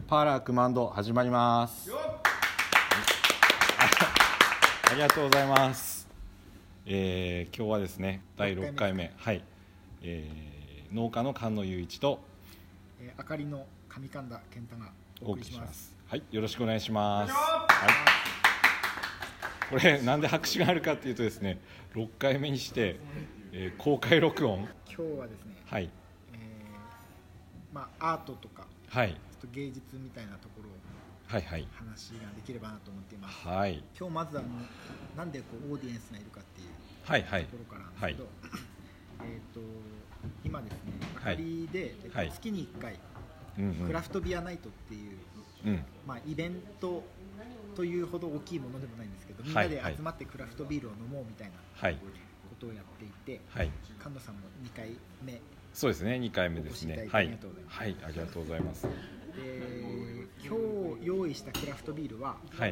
パーラークマンド始まります。ありがとうございます。今日はですね第6回目、はい、農家の菅野雄一と、 あかりの上神田健太がお送りします。 はい、よろしくお願いします。はい、これなんで拍手があるかっていうとですね、6回目にして、公開録音。 今日はですね、 はい、 アートとか、 はい、 ちょっと芸術みたいなところをはいはい、 話ができればなと思っています。 はい、 今日まずなんでこうオーディエンスがいるかっていうはいはい、 ところからなんですけど、 はい今ですね、あかりで、 はい、 月に1回、クラフトビアナイトっていう、イベントというほど大きいものでもないんですけど、みんなで集まってクラフトビールを飲もうみたいなことをやっていて、菅野さんも2回目。 そうですね、2回目ですね。 はい、ありがとうございます。 はい、ありがとうございます。 今日用意したクラフトビールは、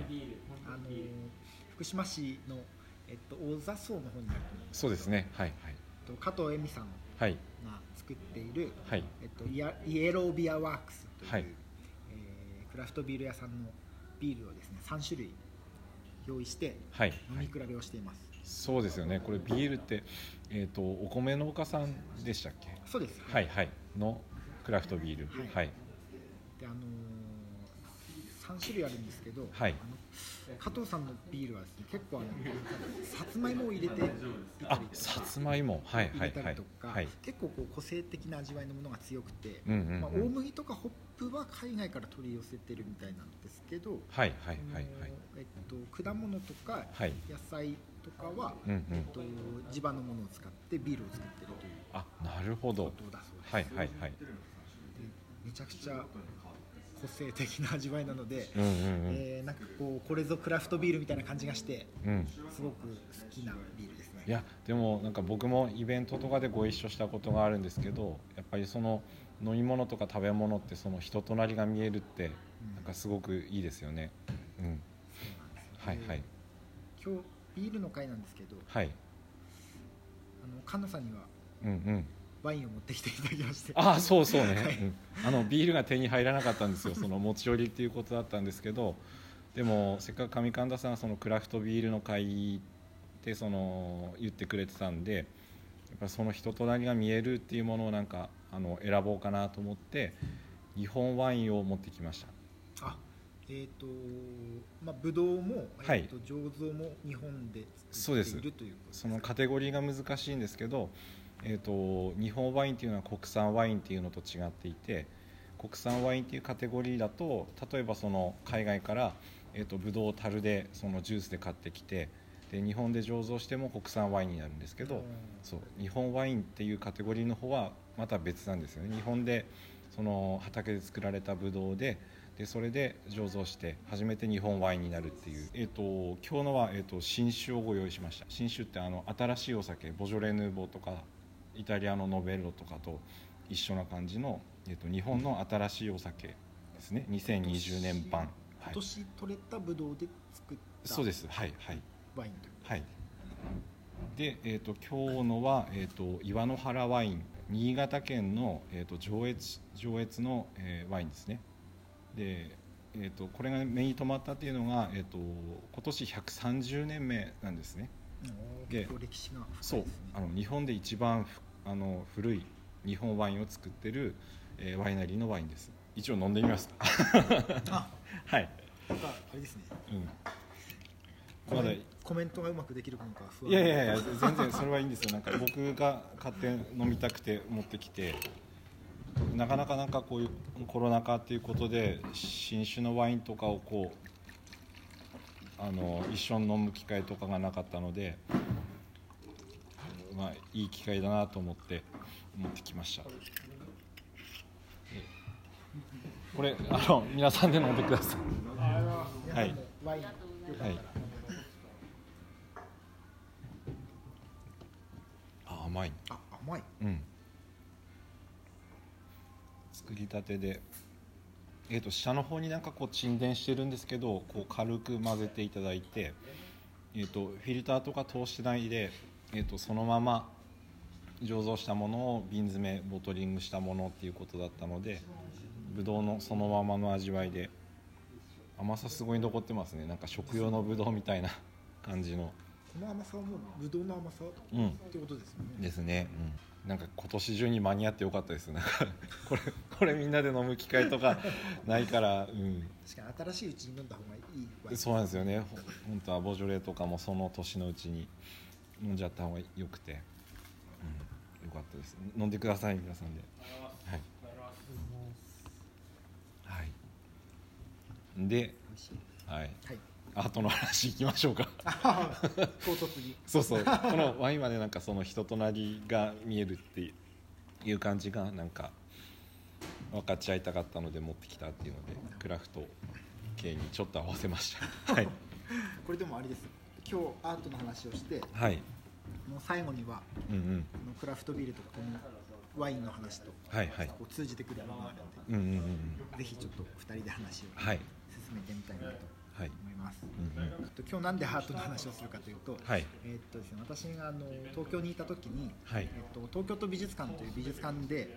福島市の、大座荘の方にある、 そうですね、はいはい、 加藤恵美さんが作っている、イエロービアワークスという、クラフトビール屋さんのビールをですね3種類用意して飲み比べをしています。 そうですよね。これビールって、お米農家さんでしたっけ？ そうです。 はいはい、のクラフトビール。はい。 で3種類あるんですけど、加藤さんのビールはですね、結構さつまいもを入れていたりとか、 さつまいも、はいはいはい、 結構こう個性的な味わいのものが強くて、大麦とかホップは海外から取り寄せてるみたいなんですけど、果物とか野菜とかは、地場のものを使ってビールを作ってるという。 なるほど。はいはいはい。 めちゃくちゃ個性的な味わいなので、なんかこれぞクラフトビールみたいな感じがして、すごく好きなビールですね。 いやでもなんか僕もイベントとかでご一緒したことがあるんですけど、やっぱりその飲み物とか食べ物ってその人となりが見えるってなんかすごくいいですよね。はいはい。 今日ビールの会なんですけど、菅野さんにはワインを持ってきていただきまして、 そうそうね、ビールが手に入らなかったんですよ。その持ち寄りっていうことだったんですけど、でもせっかく上神田さんがそのクラフトビールの会でその言ってくれてたんで、やっぱその人となりが見えるっていうものをなんか選ぼうかなと思って日本ワインを持ってきました。 ブドウも、醸造も日本で作っているということですか？ そのカテゴリーが難しいんですけど、日本ワインっていうのは国産ワインっていうのと違っていて、国産ワインっていうカテゴリーだと例えばその海外から、ブドウを樽でそのジュースで買ってきて、で日本で醸造しても国産ワインになるんですけど、日本ワインっていうカテゴリーの方はまた別なんですよね。日本でその畑で作られたブドウでそれで醸造して初めて日本ワインになるっていう、今日のは、新酒をご用意しました。新酒って新しいお酒、ボジョレ・ヌーボーとかイタリアのノベッロとかと一緒な感じの、日本の新しいお酒ですね。2020年版。 今年取れたブドウで作った、 そうです。はいはい。 ワインという。 はい。で、今日のは、岩の原ワイン、新潟県の、上越の、ワインですね。で、これが目に留まったっていうのが、今年130年目なんですね。 結構歴史が深いですね。日本で一番古い日本ワインを作ってる、ワイナリーのワインです。一応飲んでみますか？はい。 なんかあれですね。 まだコメントがうまくできるか不安。 いや全然それはいいんですよ。なんか僕が買って飲みたくて持ってきて、なかなかなんかこういうコロナ禍っていうことで新酒のワインとかをこう一緒に飲む機会とかがなかったので、いい機会だなと思って持ってきました。これ皆さんで飲んでください。はい。 ワイン。はい。 甘い。 甘い。 作りたてで、下の方になんかこう沈殿してるんですけど、こう軽く混ぜていただいて、フィルターとか通してないで、そのまま醸造したものを瓶詰めボトリングしたものっていうことだったので、 ぶどうのそのままの味わいで、甘さすごい残ってますね。なんか食用のぶどうみたいな感じの。 この甘さはもうぶどうの甘さってことですよね。 ですね。なんか今年中に間に合ってよかったです。なんかこれみんなで飲む機会とかないから、 確かに新しいうちに飲んだ方がいいワイン。 そうなんですよね。本当はボジョレとかもその年のうちに飲んじゃった方がよくて、よかったです。飲んでください皆さんで。はい。はい。で、はい。アートの話いきましょうか。 唐突に。 そうこのワインまでなんかその人となりが見えるっていう感じがなんか分かち合いたかったので持ってきたっていうので、クラフト系にちょっと合わせました。はい。 これでもあれです。今日アートの話をして、 はい。 もう最後には、クラフトビールとこのワインの話と、こう通じてくるものがあるので、ぜひちょっと2人で話を進めてみたいなと思います。今日なんでアートの話をするかというと、ですね、私が東京にいた時に、東京都美術館という美術館で、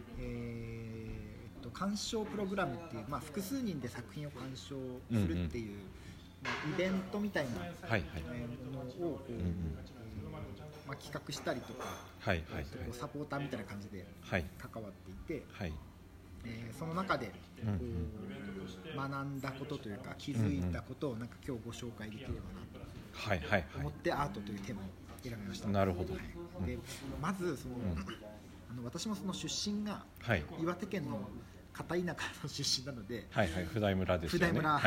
鑑賞プログラムっていう、複数人で作品を鑑賞するっていう、イベントみたいなものを企画したりとか、サポーターみたいな感じで関わっていて、その中で学んだことというか気づいたことをなんか今日ご紹介できればなと思ってアートというテーマを選びました。 なるほど。 でまず私もその出身が岩手県の片田舎の出身なので、 普代村ですよね。 普代村、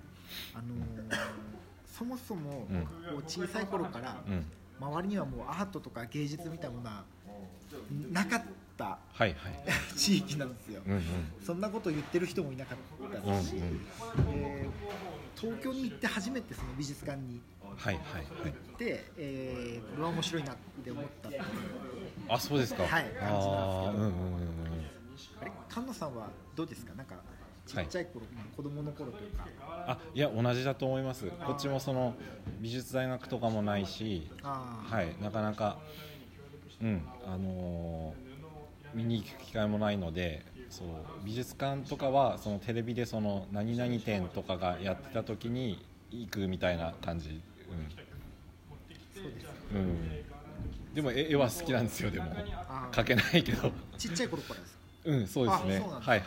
そもそも小さい頃から周りにはもうアートとか芸術みたいなものはなかった地域なんですよ。そんなことを言ってる人もいなかったですし、東京に行って初めてその美術館に行って、これは面白いなって思ったっていう、 あ、そうですか。 感じなんですけど、菅野さんはどうですか？なんかちっちゃい頃、子供の頃というか。 いや同じだと思います。こっちもその美術大学とかもないし、なかなか見に行く機会もないので、そう美術館とかはそのテレビでその何々展とかがやってた時に行くみたいな感じ。でも絵は好きなんですよ。でも描けないけど。 ちっちゃい頃からですか？ そうですね。なんか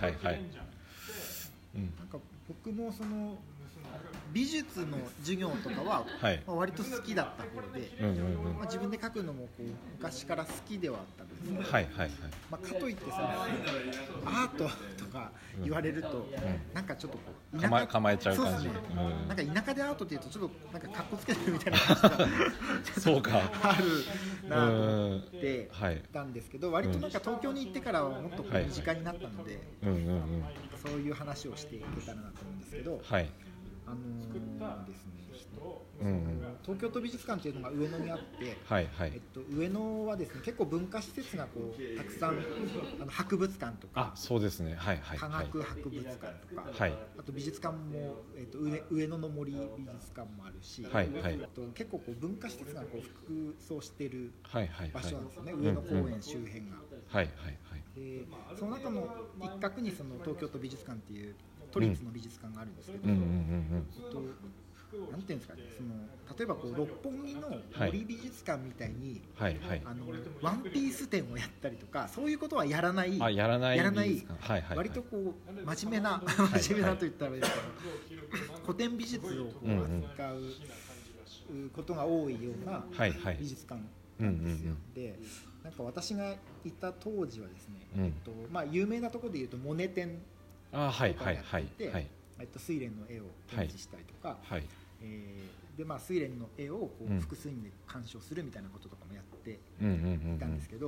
僕もその美術の授業とかは割と好きだった頃で、自分で描くのもこう昔から好きではあったんですけど、かといってさ、アートとか言われると、なんかちょっとこう構えちゃう感じ。 なんか田舎でアートっていうとちょっとなんか格好つけてるみたいな感じがそうかあるなと思ってたんですけど、割となんか東京に行ってからはもっとこう身近になったので、そういう話をしていけたらなと思うんですけど、ですね、東京都美術館というのが上野にあって、上野はですね、結構文化施設がこうたくさん博物館とか、 そうですね、 科学博物館とか、あと美術館も、上野の森美術館もあるし、結構こう文化施設がこう複層している場所なんですよね、上野公園周辺が。その中の一角にその東京都美術館っていう都立の美術館があるんですけど、なんていうんですかね、その例えばこう六本木の森美術館みたいに、ワンピース展をやったりとか、そういうことはやらない、割とこう真面目なと言ったらいいですけど、古典美術をこう扱うことが多いような美術館なんですよ。で、なんか私がいた当時はですね、有名なところでいうとモネ展とかやっていて、睡蓮の絵を展示したりとか、で睡蓮の絵をこう複数人で鑑賞するみたいなこととかもやっていたんですけど、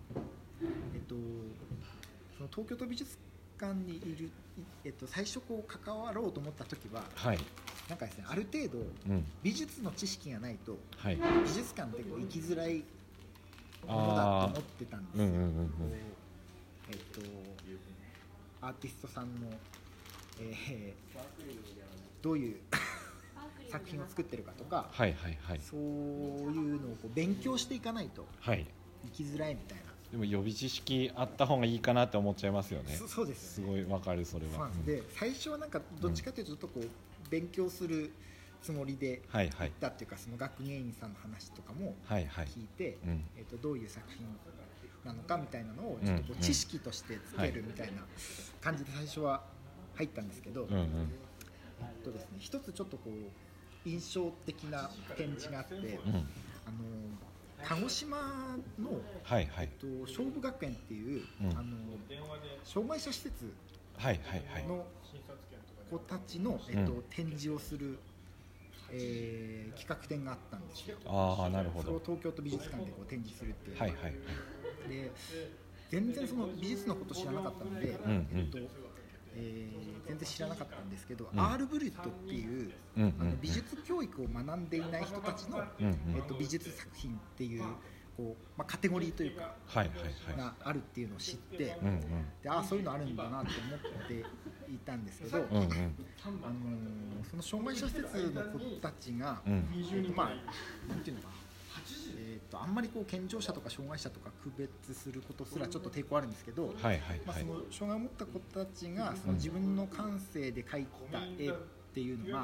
その東京都美術館にいる、最初こう関わろうと思った時は、なんかですね、ある程度美術の知識がないと美術館ってこう行きづらいものだと思ってたんですよ。アーティストさんの、どういう作品を作ってるかとか、そういうのをこう勉強していかないと行きづらいみたいなでも予備知識あった方がいいかなって思っちゃいますよね。 そうです、 すごいわかるそれは。 で最初はなんかどっちかというとちょっとこう勉強するつもりで行ったっていうか、その学芸員さんの話とかも聞いて、どういう作品なのかみたいなのをちょっとこう知識としてつけるみたいな感じで最初は入ったんですけど、ですね、一つちょっとこう印象的な展示があって、鹿児島の、勝負学園っていう、障害者施設の子たちの、展示をする企画展があったんですよ。 なるほど。 それを東京都美術館でこう展示するっていう、で全然その美術のこと知らなかったので、全然知らなかったんですけど、アール・ブリュットっていう、美術教育を学んでいない人たちの、美術作品っていうこう、カテゴリーというか、があるっていうのを知って、でそういうのあるんだなって思っていたんですけど、その障害者施設の子たちが、なんていうのかな、あんまりこう健常者とか障害者とか区別することすらちょっと抵抗あるんですけど、その障害を持った子たちがその自分の感性で描いた絵っていうのが、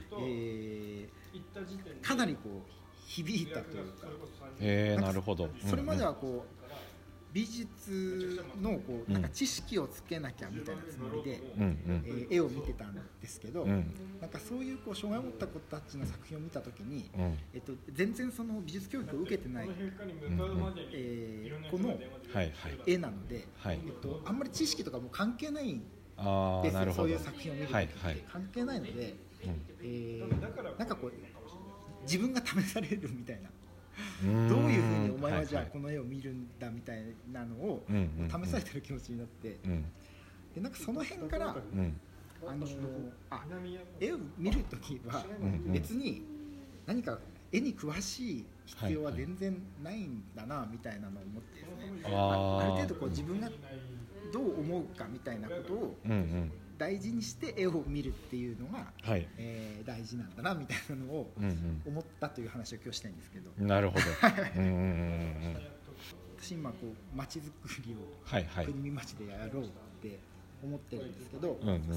かなりこう響いたというか、 なるほど。 それまではこう美術のこうなんか知識をつけなきゃみたいなつもりで、絵を見てたんですけど、なんかそういうこう障害を持った子たちの作品を見たときに、全然その美術教育を受けてない、子の絵なので、あんまり知識とかも関係ないんですよ。そういう作品を見るときって関係ないので、なんかこう自分が試されるみたいな。どういうふうにお前はじゃあこの絵を見るんだみたいなのを試されてる気持ちになって、でなんかその辺から、絵を見るときは別に何か絵に詳しい必要は全然ないんだなみたいなのを思ってですね、ある程度こう自分がどう思うかみたいなことを大事にして絵を見るっていうのが、大事なんだなみたいなのを思ったという話を今日したいんですけど。 なるほど。 私今こう街づくりを国見町でやろうって思ってるんですけど、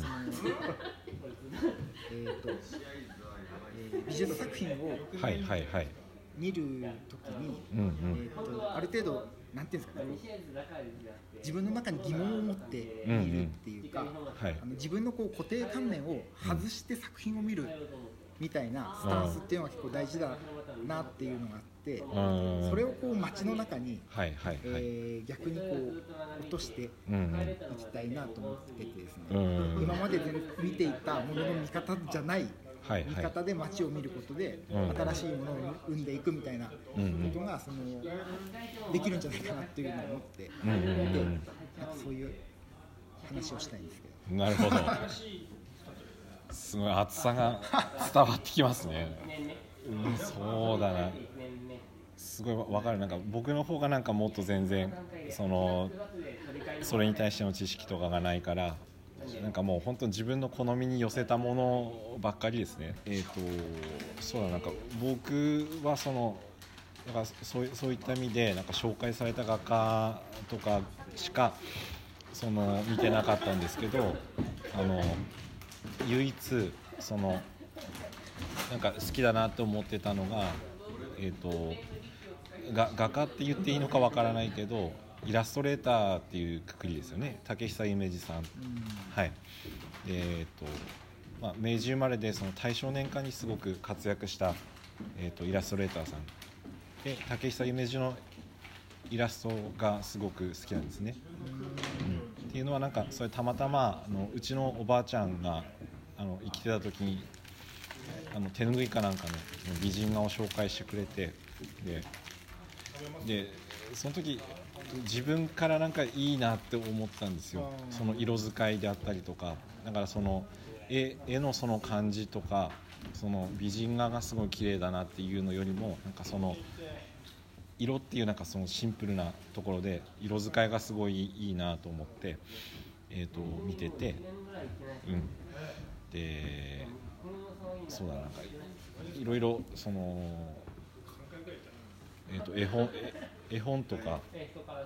美術作品を見るときに、ある程度なんていうんですかね、自分の中に疑問を持って見るっていうか、自分のこう固定観念を外して作品を見るみたいなスタンスっていうのが結構大事だなっていうのがあって、それをこう街の中に、逆にこう落としていきたいなと思っててですね、今まで見ていたものの見方じゃない見方で街を見ることで新しいものを生んでいくみたいなことがそのできるんじゃないかなっていうのを思っていて、なんかそういう話をしたいんですけど。 なるほど。すごい熱さが伝わってきますね。そうだな。すごいわかる。なんか僕の方がなんかもっと全然それに対しての知識とかがないから。なんかもう本当に自分の好みに寄せたものばっかりですね。そうだ、なんか僕はなんかそういった意味でなんか紹介された画家とかしか見てなかったんですけど、唯一なんか好きだなと思ってたのが、画家って言っていいのかわからないけど。イラストレーターっていうくくりですよね。竹久夢二さん、明治生まれでその大正年間にすごく活躍した、イラストレーターさんで、竹久夢二のイラストがすごく好きなんですね。っていうのはなんかそれたまたまうちのおばあちゃんが生きてた時に手拭いかなんかの美人画を紹介してくれて、でその時自分からなんかいいなって思ったんですよ。その色使いであったりとか、だからその絵のその感じとか、その美人画がすごい綺麗だなっていうのよりも、なんかその色っていうなんかそのシンプルなところで色使いがすごいいいなと思って、見てて、でそうだな、なんかいろいろその絵本とか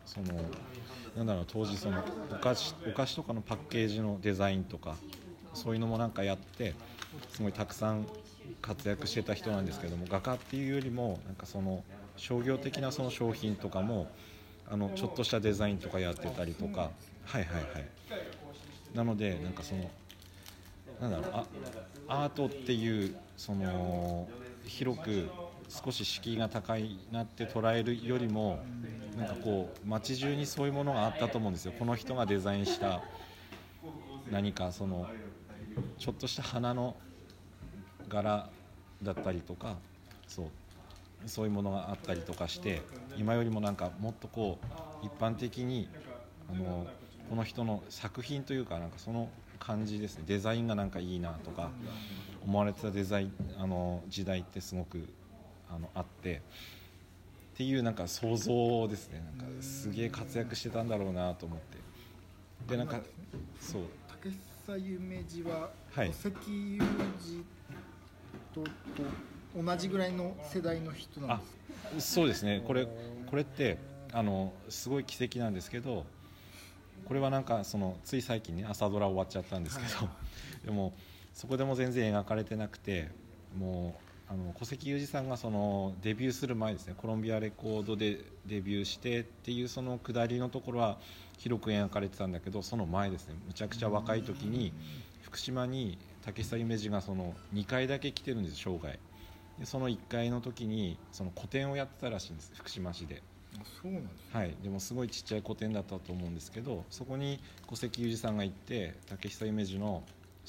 そのなんだろう、当時そのお菓子とかのパッケージのデザインとかそういうのもなんかやってすごいたくさん活躍してた人なんですけども、画家っていうよりもなんかその商業的なその商品とかもちょっとしたデザインとかやってたりとか、はいはいはい、なのでなんかそのなんだろう、アートっていうその広く少し敷居が高いなって捉えるよりも、なんかこう街中にそういうものがあったと思うんですよ。この人がデザインした何かそのちょっとした花の柄だったりとか、そういうものがあったりとかして、今よりもなんかもっとこう一般的にこの人の作品というか、なんかその感じですね、デザインがなんかいいなとか思われてた時代ってすごくあってっていうなんか想像ですね。なんかすげえ活躍してたんだろうなと思って、でなんかそう竹久夢二ははい戸籍有二と同じぐらいの世代の人なんですか？ そうですね、これってすごい奇跡なんですけど、これはなんかつい最近ね朝ドラ終わっちゃったんですけど、はい、でもそこでも全然描かれてなくて、もう古関裕二さんがデビューする前ですね、コロンビアレコードでデビューしてっていうその下りのところは広く描かれてたんだけど、その前ですね、むちゃくちゃ若い時に福島に竹久夢二が2回だけ来てるんです、生涯で。その1回の時に個展をやってたらしいんです、福島市で。 そうなんですね。 はい、でもすごいちっちゃい個展だったと思うんですけど、そこに古関裕二さんが行って竹久夢二の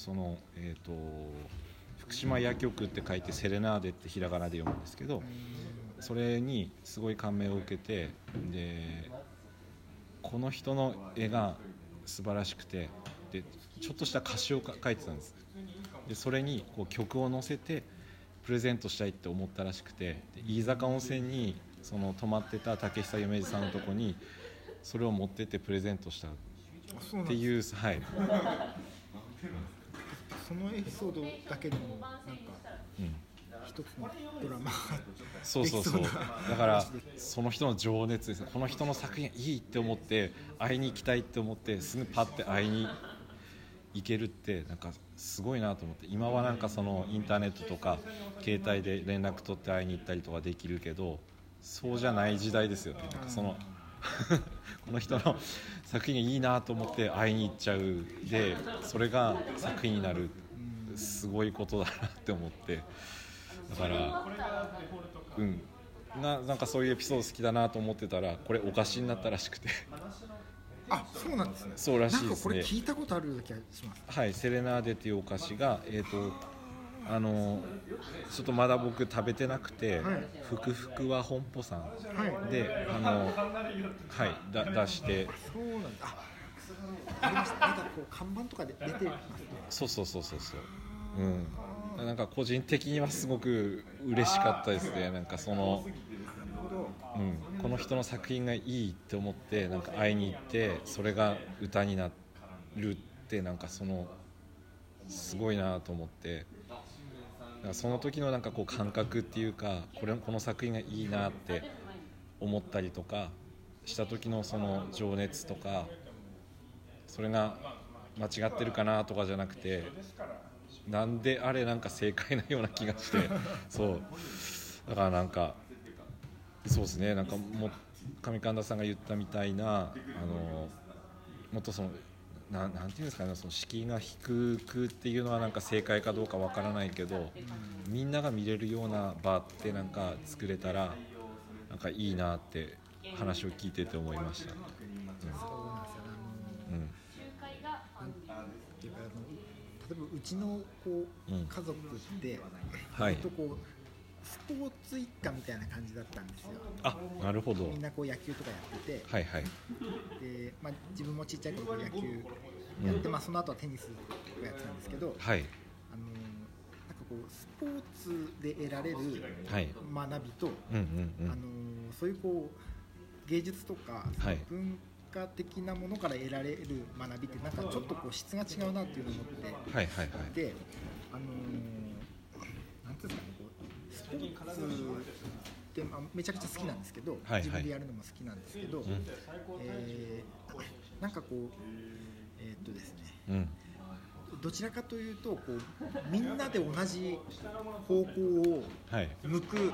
福島夜曲って書いてセレナーデってひらがなで読むんですけど、それにすごい感銘を受けて、でこの人の絵が素晴らしくて、でちょっとした歌詞を書いてたんです。でそれにこう曲を載せてプレゼントしたいって思ったらしくて、飯坂温泉に泊まってた竹久夢二さんのとこにそれを持ってってプレゼントしたっていう、はい、 そのエピソードだけでもなんか一つのドラマそうだからその人の情熱ですね。この人の作品いいって思って会いに行きたいって思ってすぐパッて会いに行けるってなんかすごいなと思って、今はなんかインターネットとか携帯で連絡取って会いに行ったりとかできるけど、そうじゃない時代ですよね。なんかこの人の作品いいなと思って会いに行っちゃう、でそれが作品になる、すごいことだなって思って、だからなんかそういうエピソード好きだなと思ってたら、これお菓子になったらしくてあ、そうなんですね。 そうらしいですね。 なんかこれ聞いたことある気がします。 はい、セレナーデっていうお菓子がちょっとまだ僕食べてなくて、はい、ふくふくは本舗さんで、はい、出して。 そうなんだ。ありました。なんかこう看板とかで出てますね。 そう、なんか個人的にはすごく嬉しかったですね。なんかこの人の作品がいいって思ってなんか会いに行って、それが歌になるってなんかすごいなと思って、その時のなんかこう感覚っていうか、この作品がいいなって思ったりとかした時のその情熱とか、それが間違ってるかなとかじゃなくて、なんであれなんか正解なような気がしてそうだからなんかそうですね、なんか上神田さんが言ったみたいなもっとなんていうんですかね、敷居が低くっていうのはなんか正解かどうかわからないけど、みんなが見れるような場ってなんか作れたらなんかいいなって話を聞いてて思いました。 そうなんですよね。例えばうちのこう、家族って割とこうスポーツ一家みたいな感じだったんですよ。 あ、なるほど。 みんなこう野球とかやってて、 はいはい、 で自分もちっちゃい頃野球やって、その後はテニスをやってたんですけど、 はい、 なんかこうスポーツで得られる学びと、そういうこう芸術とか文化的なものから得られる学びってなんかちょっとこう質が違うなっていうのを思って、で、なんていうんですかね、こうスポーツってめちゃくちゃ好きなんですけど、 はいはい、 自分でやるのも好きなんですけど、なんかこうですね、どちらかというとこうみんなで同じ方向を向く、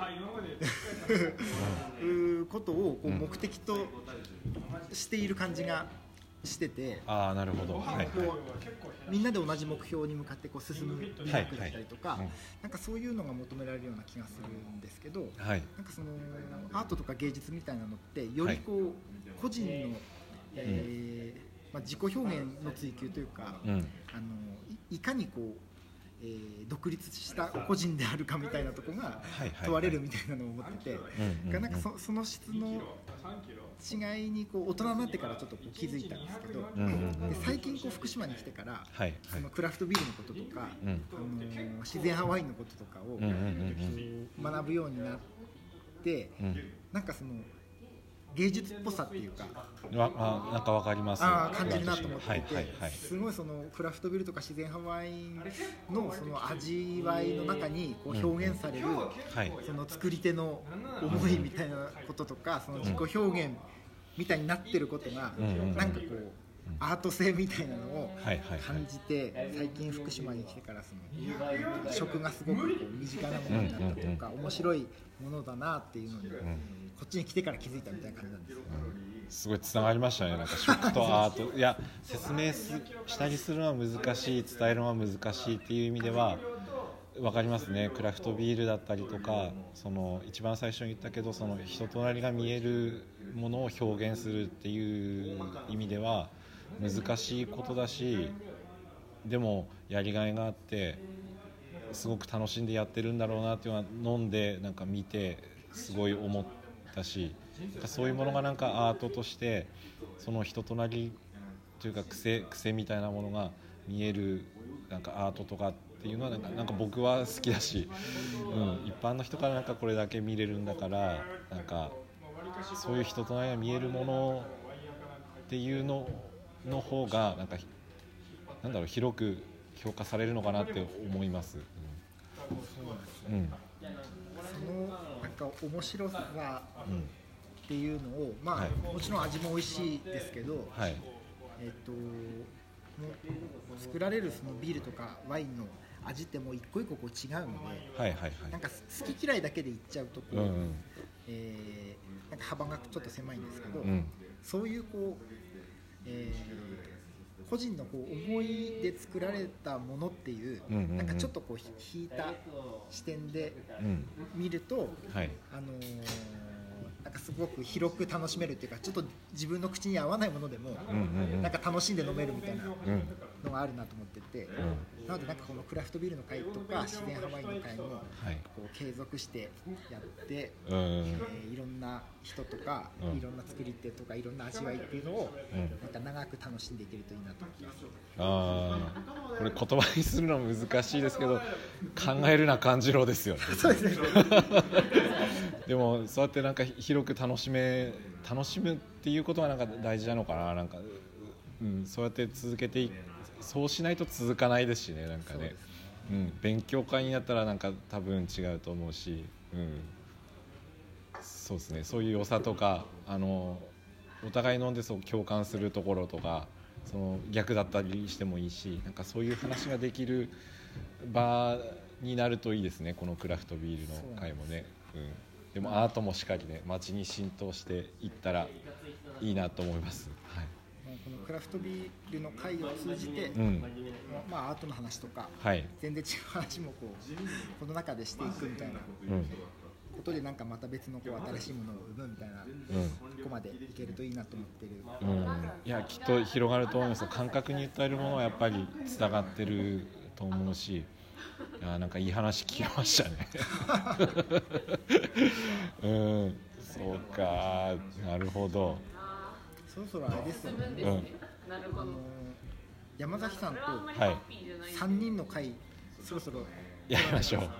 ことをこう目的としている感じがしてて、 あ、なるほど、はいはい、 こうみんなで同じ目標に向かってこう進む魅力だったりとか、なんかそういうのが求められるような気がするんですけど、 はい、 なんかそのアートとか芸術みたいなのってよりこう個人の、自己表現の追求というか、いかにこう、独立した個人であるかみたいなところが問われるみたいなのを思ってて、なんかその質の違いにこう大人になってからちょっとこう気づいたんですけど、で最近こう福島に来てから、そのクラフトビールのこととか、自然派ワインのこととかを、学ぶようになって、なんかその芸術っぽさっていうか、 なんかわかります、 感じるなと思っていて、すごいそのクラフトビールとか自然派ワインのその味わいの中にこう表現される、その作り手の思いみたいなこととか、その自己表現みたいになってることが、なんかこうアート性みたいなのを感じて、最近福島に来てからその食がすごくこう身近なものになったというか、面白いものだなっていうのに、こっちに来てから気づいたみたいな感じなんですよ。 すごいつながりましたね、なんか食とアートいや説明したりするのは難しい、伝えるのは難しいっていう意味では分かりますね。クラフトビールだったりとか、その一番最初に言ったけど、その人となりが見えるものを表現するっていう意味では難しいことだし、でもやりがいがあってすごく楽しんでやってるんだろうなっていうのは飲んでなんか見てすごい思ったし、そういうものがなんかアートとしてその人となりというか癖みたいなものが見えるなんかアートとかっていうのはなんか僕は好きだし、一般の人からなんかこれだけ見れるんだから、なんかそういう人となりが見えるものっていうのの方がなんだろう、広く評価されるのかなって思います。 そのなんか面白さっていうのを、もちろん味も美味しいですけど、もう作られるそのビールとかワインの味ってもう一個一個こう違うので、なんか好き嫌いだけでいっちゃうとこう、なんか幅がちょっと狭いんですけど、そういうこう、個人のこう思いで作られたものっていう、なんかちょっとこう引いた視点で見ると、なんかすごく広く楽しめるっていうか、ちょっと自分の口に合わないものでもなんか楽しんで飲めるみたいなのがあるなと思ってて、なのでなんかこのクラフトビールの会とか自然派ワインの会もこう継続してやって、いろんな人とかいろんな作り手とかいろんな味わいっていうのをなんか長く楽しんでいけるといいなと思ってます。 これ言葉にするのは難しいですけど、考えるな感じろですよね。 そうですねでもそうやってなんか広く楽しむっていうことはなんか大事なのかな、なんか、そうやって続けてそうしないと続かないですしね、なんかね、勉強会になったらなんか多分違うと思うし、そうですね、そういう良さとかお互い飲んでそう共感するところとか、その逆だったりしてもいいし、なんかそういう話ができる場になるといいですね、このクラフトビールの会もね。でもアートもしっかりね、街に浸透していったらいいなと思います。 このクラフトビールの会を通じて、アートの話とか、全然違う話もこの中でしていくみたいなことで、なんかまた別の新しいものを生むみたいなとこまでいけるといいなと思ってる。 いや、きっと広がると思います。感覚に訴えるものはやっぱりつながってると思うし、なんかいい話聞きましたね。そうか、なるほど。 そろそろあれですよね、山崎さんと3人の会、そろそろやりましょう。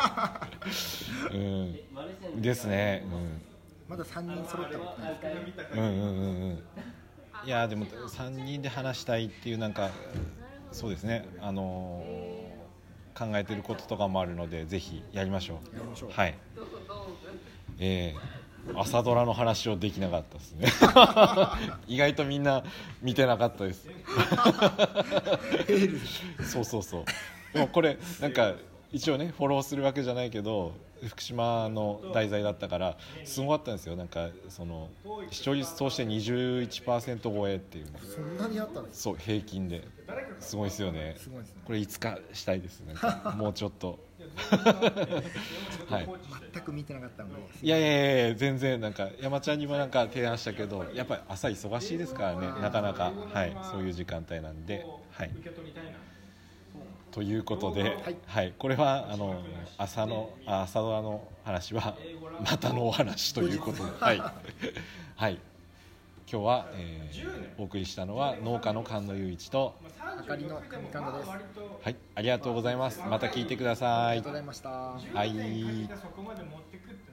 ですね。 まだ3人揃ったことないですけど、 いやでも3人で話したいっていう、なんかそうですね、考えてることとかもあるので、ぜひやりましょう。はい。 朝ドラの話をできなかったですね意外とみんな見てなかったですそうでもこれなんか一応ねフォローするわけじゃないけど福島の題材だったからすごかったんですよ。なんかその視聴率通して 21% 超えっていう、ね、 そんなにあったんですか。 そう平均ですごいですよね。 すごいですね。 これいつかしたいですね。もうちょっとはい、 全く見てなかったので。 いや全然なんか山ちゃんにもなんか提案したけどやっぱり朝忙しいですからね、なかなか、はい、そういう時間帯なんで、はい、ということで、はい、これは朝ドラの話はまたのお話ということで、はいはい、今日は、お送りしたのは農家の菅野雄一とあかりの上神田です。 はい、ありがとうございます。また聞いてください。 ありがとうございました。 はい。